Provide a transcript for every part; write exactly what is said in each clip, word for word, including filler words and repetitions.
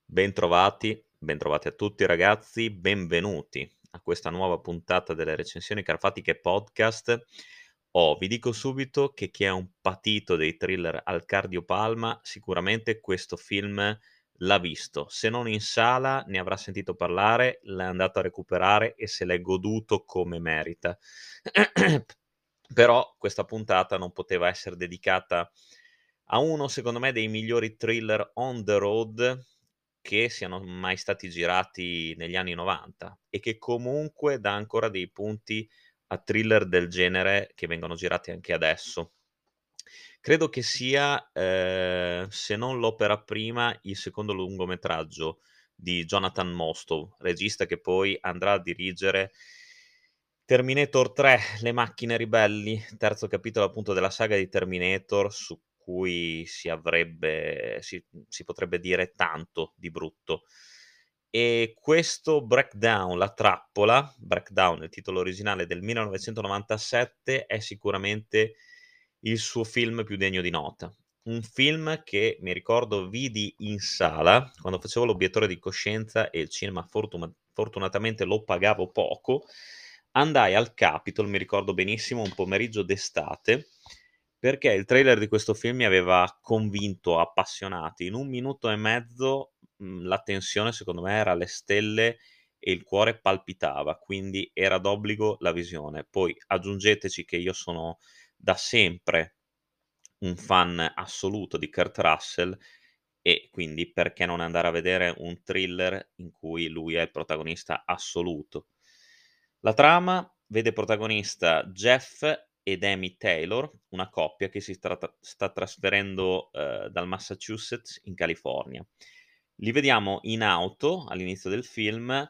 Bentrovati, bentrovati a tutti ragazzi, benvenuti a questa nuova puntata delle recensioni carfatiche podcast. Oh, vi dico subito che chi è un patito dei thriller al cardiopalma sicuramente questo film l'ha visto. Se non in sala ne avrà sentito parlare, l'è andato a recuperare e se l'è goduto come merita. Però questa puntata non poteva essere dedicata a uno, secondo me, dei migliori thriller on the road che siano mai stati girati negli anni 'novanta e che comunque dà ancora dei punti a thriller del genere che vengono girati anche adesso. Credo che sia, ehm, se non l'opera prima, il secondo lungometraggio di Jonathan Mostow, regista che poi andrà a dirigere Terminator tre, Le macchine ribelli, terzo capitolo appunto della saga di Terminator, su cui si avrebbe si mhmm, si potrebbe dire tanto di brutto. E questo Breakdown, La trappola, Breakdown, il titolo originale del millenovecentonovantasette, è sicuramente il suo film più degno di nota. Un film che, mi ricordo, vidi in sala quando facevo l'obiettore di coscienza e il cinema fortuma fortunatamente lo pagavo poco. Andai al Capitol, mi ricordo benissimo, un pomeriggio d'estate, perché il trailer di questo film mi aveva convinto, appassionato. In un minuto e mezzo, mhmm, la tensione secondo me era alle stelle e il cuore palpitava, quindi era d'obbligo la visione. Poi aggiungeteci che io sono da sempre un fan assoluto di Kurt Russell e quindi perché non andare a vedere un thriller in cui lui è il protagonista assoluto. La trama vede protagonista Jeff ed Amy Taylor, una coppia che si strata sta trasferendo, uhm, dal Massachusetts in California. Li vediamo in auto all'inizio del film,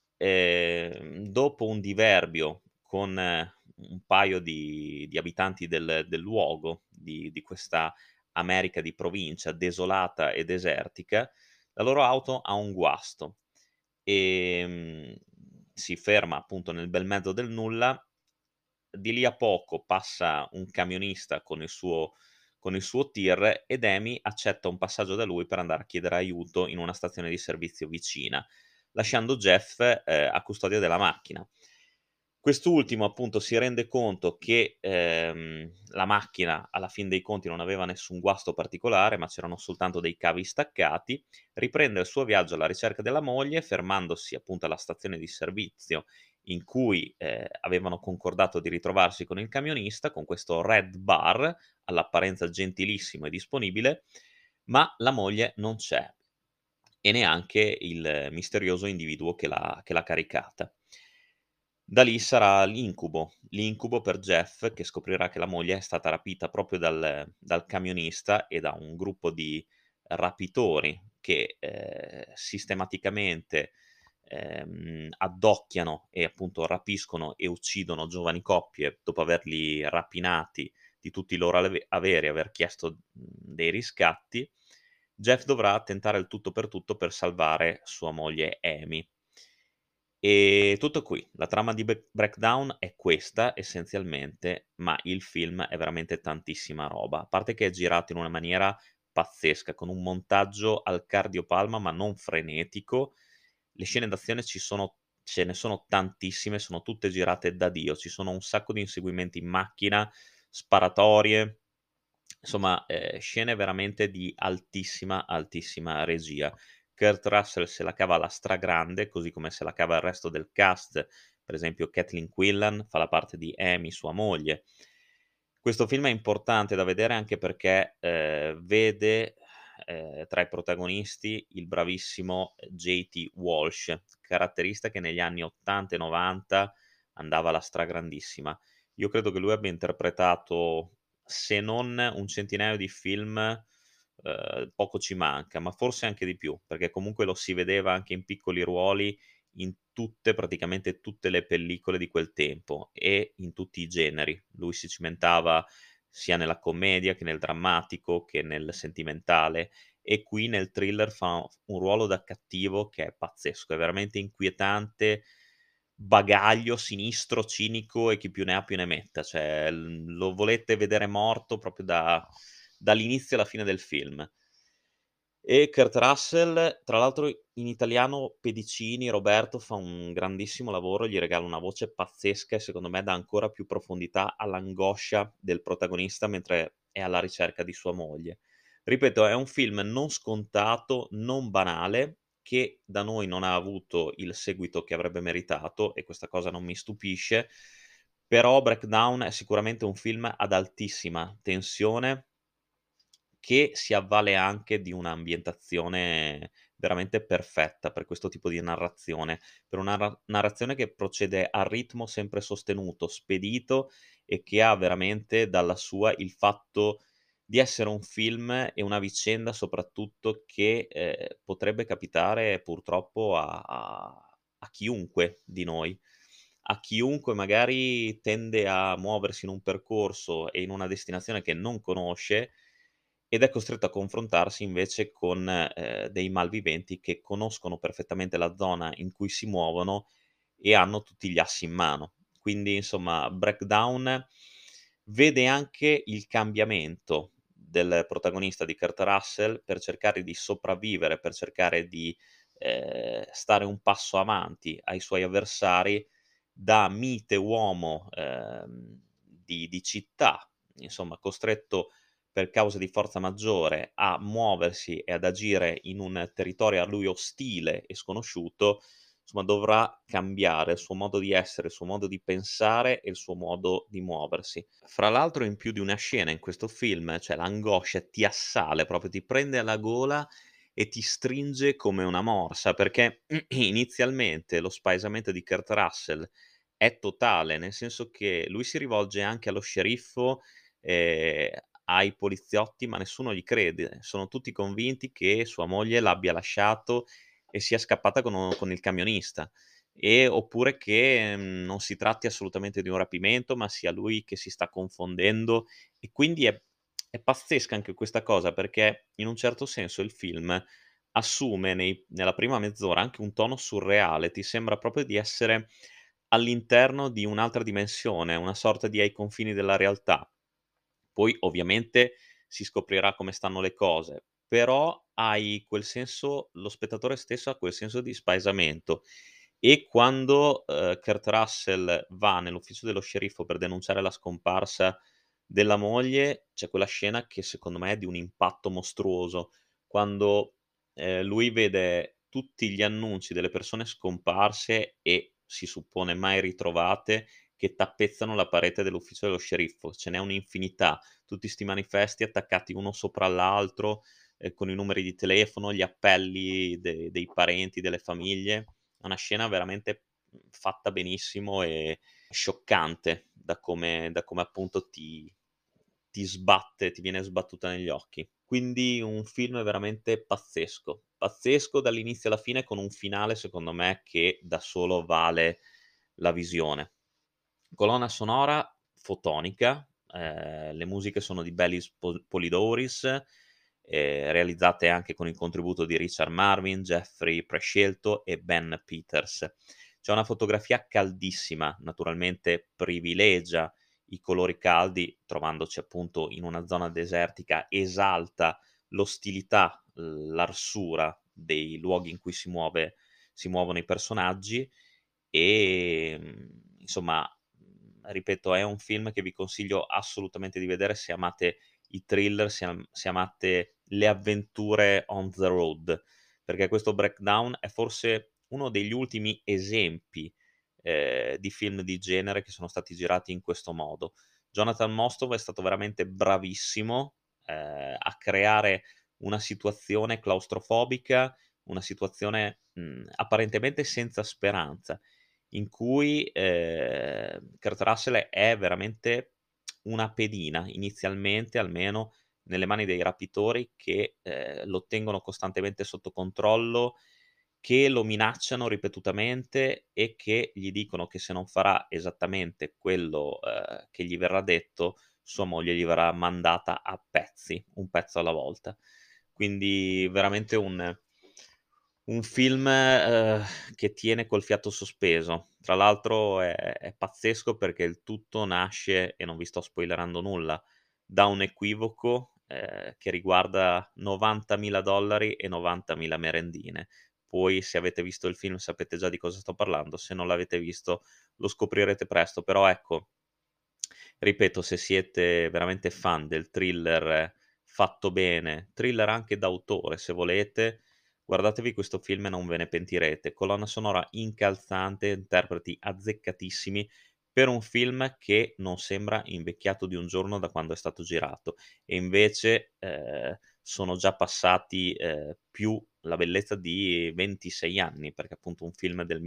ehm, dopo un diverbio con eh, un paio di di abitanti del del luogo, di di questa America di provincia desolata e desertica, la loro auto ha un guasto. Ehm, si ferma appunto nel bel mezzo del nulla. Di lì a poco passa un camionista con il suo con il suo tir ed Amy accetta un passaggio da lui per andare a chiedere aiuto in una stazione di servizio vicina, lasciando Jeff, ehm, a custodia della macchina. Quest'ultimo appunto si rende conto che, ehm, la macchina alla fin dei conti non aveva nessun guasto particolare, ma c'erano soltanto dei cavi staccati, riprende il suo viaggio alla ricerca della moglie, fermandosi appunto alla stazione di servizio in cui, ehm, avevano concordato di ritrovarsi con il camionista, con questo Red Bar, all'apparenza gentilissimo e disponibile, ma la moglie non c'è e neanche il misterioso individuo che l'ha che l'ha caricata. Da lì sarà l'incubo, l'incubo per Jeff che scoprirà che la moglie è stata rapita proprio dal dal camionista e da un gruppo di rapitori che, ehm, sistematicamente, ehm, addocchiano e appunto rapiscono e uccidono giovani coppie dopo averli rapinati di tutti i loro ave averi e aver chiesto, mhmm, dei riscatti. Jeff dovrà tentare il tutto per tutto per salvare sua moglie Amy. E tutto qui. La trama di Bre Breakdown è questa essenzialmente, ma il film è veramente tantissima roba. A parte che è girato in una maniera pazzesca, con un montaggio al cardiopalma, ma non frenetico. Le scene d'azione ci sono ce ne sono tantissime, sono tutte girate da Dio. Ci sono un sacco di inseguimenti in macchina, sparatorie, insomma, ehm, scene veramente di altissima, altissima regia. Kurt Russell se la cava alla stragrande, così come se la cava il resto del cast, per esempio Kathleen Quinlan fa la parte di Amy, sua moglie. Questo film è importante da vedere anche perché, ehm, vede, ehm, tra i protagonisti il bravissimo J T. Walsh, caratterista che negli anni 'ottanta e 'novanta andava alla stragrandissima. Io credo che lui abbia interpretato, se non un centinaio di film, uhm, poco ci manca, ma forse anche di più, perché comunque lo si vedeva anche in piccoli ruoli in tutte, praticamente tutte le pellicole di quel tempo e in tutti i generi. Lui si cimentava sia nella commedia che nel drammatico, che nel sentimentale e qui nel thriller fa un ruolo da cattivo che è pazzesco, è veramente inquietante, bagaglio, sinistro, cinico e chi più ne ha più ne metta, cioè l lo volete vedere morto proprio da dall'inizio alla fine del film. E Kurt Russell, tra l'altro in italiano Pedicini, Roberto fa un grandissimo lavoro, gli regala una voce pazzesca e secondo me dà ancora più profondità all'angoscia del protagonista mentre è alla ricerca di sua moglie. Ripeto, è un film non scontato, non banale, che da noi non ha avuto il seguito che avrebbe meritato e questa cosa non mi stupisce, però Breakdown è sicuramente un film ad altissima tensione che si avvale anche di un'ambientazione veramente perfetta per questo tipo di narrazione, per una ra narrazione che procede a ritmo sempre sostenuto, spedito e che ha veramente dalla sua il fatto di essere un film e una vicenda soprattutto che, ehm, potrebbe capitare purtroppo a a a chiunque di noi. A chiunque magari tende a muoversi in un percorso e in una destinazione che non conosce ed è costretto a confrontarsi invece con, ehm, dei malviventi che conoscono perfettamente la zona in cui si muovono e hanno tutti gli assi in mano. Quindi insomma Breakdown vede anche il cambiamento del protagonista di Kurt Russell per cercare di sopravvivere, per cercare di, ehm, stare un passo avanti ai suoi avversari, da mite uomo, ehm, di di città, insomma costretto per causa di forza maggiore a muoversi e ad agire in un territorio a lui ostile e sconosciuto, insomma dovrà cambiare il suo modo di essere, il suo modo di pensare e il suo modo di muoversi. Fra l'altro in più di una scena in questo film, cioè l'angoscia ti assale, proprio ti prende alla gola e ti stringe come una morsa, perché inizialmente lo spaesamento di Kurt Russell è totale, nel senso che lui si rivolge anche allo sceriffo, ehm, ai poliziotti, ma nessuno gli crede. Sono tutti convinti che sua moglie l'abbia lasciato e sia scappata con o con il camionista, e oppure che, mhmm, non si tratti assolutamente di un rapimento, ma sia lui che si sta confondendo e quindi è è pazzesca anche questa cosa, perché in un certo senso il film assume nei nella prima mezz'ora anche un tono surreale, ti sembra proprio di essere all'interno di un'altra dimensione, una sorta di ai confini della realtà. Poi ovviamente si scoprirà come stanno le cose, però hai quel senso lo spettatore stesso ha quel senso di spaesamento e quando, uhm, Kurt Russell va nell'ufficio dello sceriffo per denunciare la scomparsa della moglie, c'è quella scena che secondo me è di un impatto mostruoso, quando, ehm, lui vede tutti gli annunci delle persone scomparse e si suppone mai ritrovate, che tappezzano la parete dell'ufficio dello sceriffo. Ce n'è un'infinità, tutti 'sti manifesti attaccati uno sopra l'altro, ehm, con i numeri di telefono, gli appelli de dei parenti, delle famiglie. È una scena veramente, mhmm, fatta benissimo e scioccante da come da come appunto ti ti sbatte, ti viene sbattuta negli occhi. Quindi un film veramente pazzesco, pazzesco dall'inizio alla fine con un finale secondo me che da solo vale la visione. Colonna sonora fotonica, ehm, le musiche sono di Bellis Pol Polidoris, ehm, realizzate anche con il contributo di Richard Marvin, Jeffrey Prescelto e Ben Peters. C'è una fotografia caldissima, naturalmente privilegia i colori caldi, trovandoci appunto in una zona desertica, esalta l'ostilità, l'arsura dei luoghi in cui si muove si muovono i personaggi. Ehm, insomma, mhmm, ripeto, è un film che vi consiglio assolutamente di vedere se amate i thriller, se am se amate le avventure on the road, perché questo Breakdown è forse uno degli ultimi esempi, ehm, di film di genere che sono stati girati in questo modo. Jonathan Mostow è stato veramente bravissimo, ehm, a creare una situazione claustrofobica, una situazione, mhmm, apparentemente senza speranza, in cui, ehm, Kurt Russell è veramente una pedina, inizialmente almeno, nelle mani dei rapitori che, ehm, lo tengono costantemente sotto controllo, che lo minacciano ripetutamente e che gli dicono che se non farà esattamente quello, ehm, che gli verrà detto, sua moglie gli verrà mandata a pezzi, un pezzo alla volta. Quindi veramente un un film, uhm, che tiene col fiato sospeso. Tra l'altro è è pazzesco perché il tutto nasce, e non vi sto spoilerando nulla, da un equivoco, ehm, che riguarda novantamila dollari e novantamila merendine. Poi se avete visto il film sapete già di cosa sto parlando, se non l'avete visto lo scoprirete presto, però ecco, ripeto, se siete veramente fan del thriller fatto bene, thriller anche d'autore se volete, guardatevi questo film e non ve ne pentirete. Colonna sonora incalzante, interpreti azzeccatissimi per un film che non sembra invecchiato di un giorno da quando è stato girato e invece, ehm, sono già passati, ehm, più la bellezza di ventisei anni, perché appunto un film del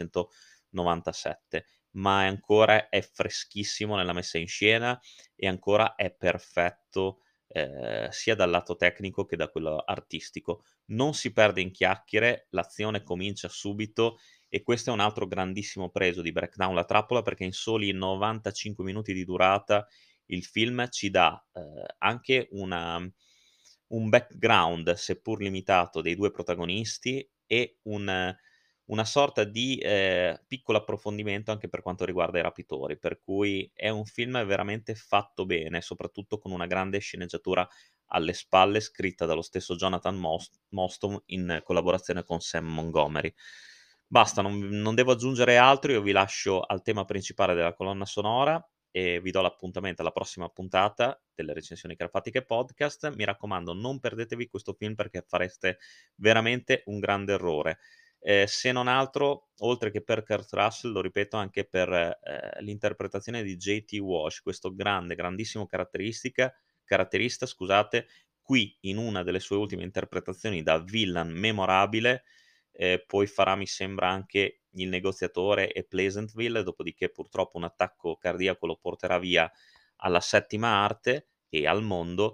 millenovecentonovantasette, ma è ancora è freschissimo nella messa in scena e ancora è perfetto, ehm, sia dal lato tecnico che da quello artistico. Non si perde in chiacchiere, l'azione comincia subito e questo è un altro grandissimo pregio di Breakdown la trappola, perché in soli novantacinque minuti di durata il film ci dà, ehm, anche una un background, seppur limitato, dei due protagonisti e un una sorta di, ehm, piccolo approfondimento anche per quanto riguarda i rapitori, per cui è un film veramente fatto bene, soprattutto con una grande sceneggiatura alle spalle, scritta dallo stesso Jonathan Mos Mostow in collaborazione con Sam Montgomery. Basta, non non devo aggiungere altro, io vi lascio al tema principale della colonna sonora e vi do l'appuntamento alla prossima puntata delle recensioni carpatiche podcast. Mi raccomando, non perdetevi questo film perché fareste veramente un grande errore. Ehm, se non altro, oltre che per Kurt Russell, lo ripeto anche per, ehm, l'interpretazione di J T Walsh, questo grande, grandissimo caratteristica caratterista, scusate, qui in una delle sue ultime interpretazioni da villain memorabile, ehm, poi farà mi sembra anche il negoziatore e Pleasantville, dopodiché purtroppo un attacco cardiaco lo porterà via alla settima arte e al mondo,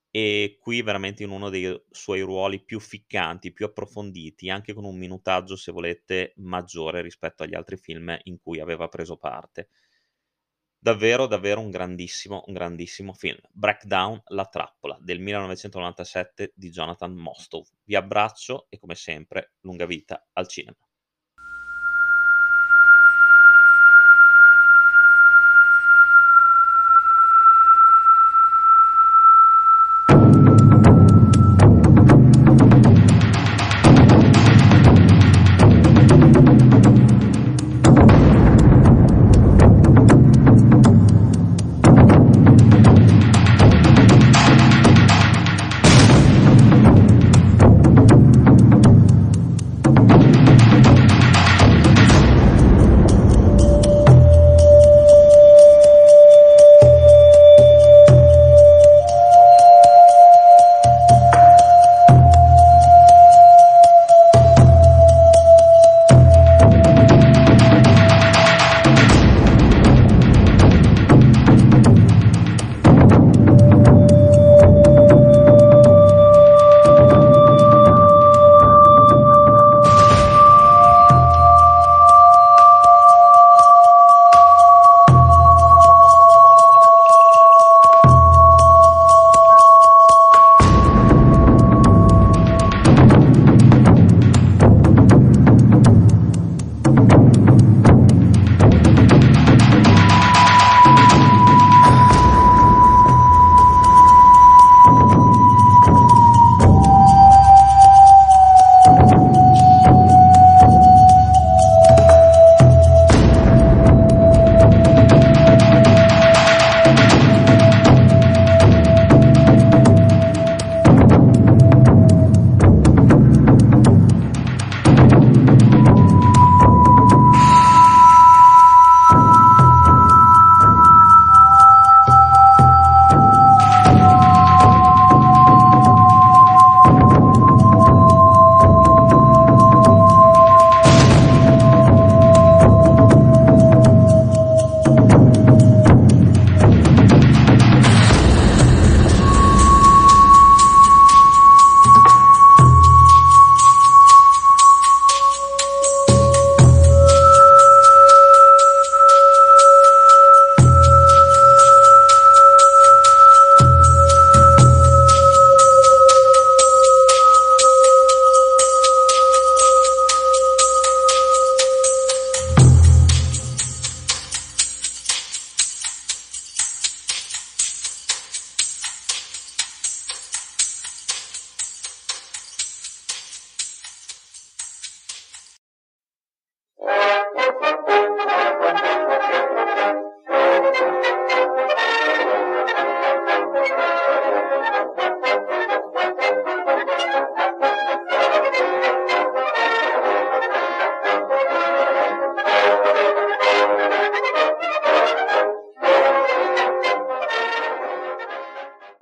e qui veramente in uno dei suoi ruoli più ficcanti, più approfonditi, anche con un minutaggio, se volete, maggiore rispetto agli altri film in cui aveva preso parte. Davvero, davvero un grandissimo, un grandissimo film. Breakdown, La trappola del millenovecentonovantasette di Jonathan Mostow. Vi abbraccio e come sempre lunga vita al cinema.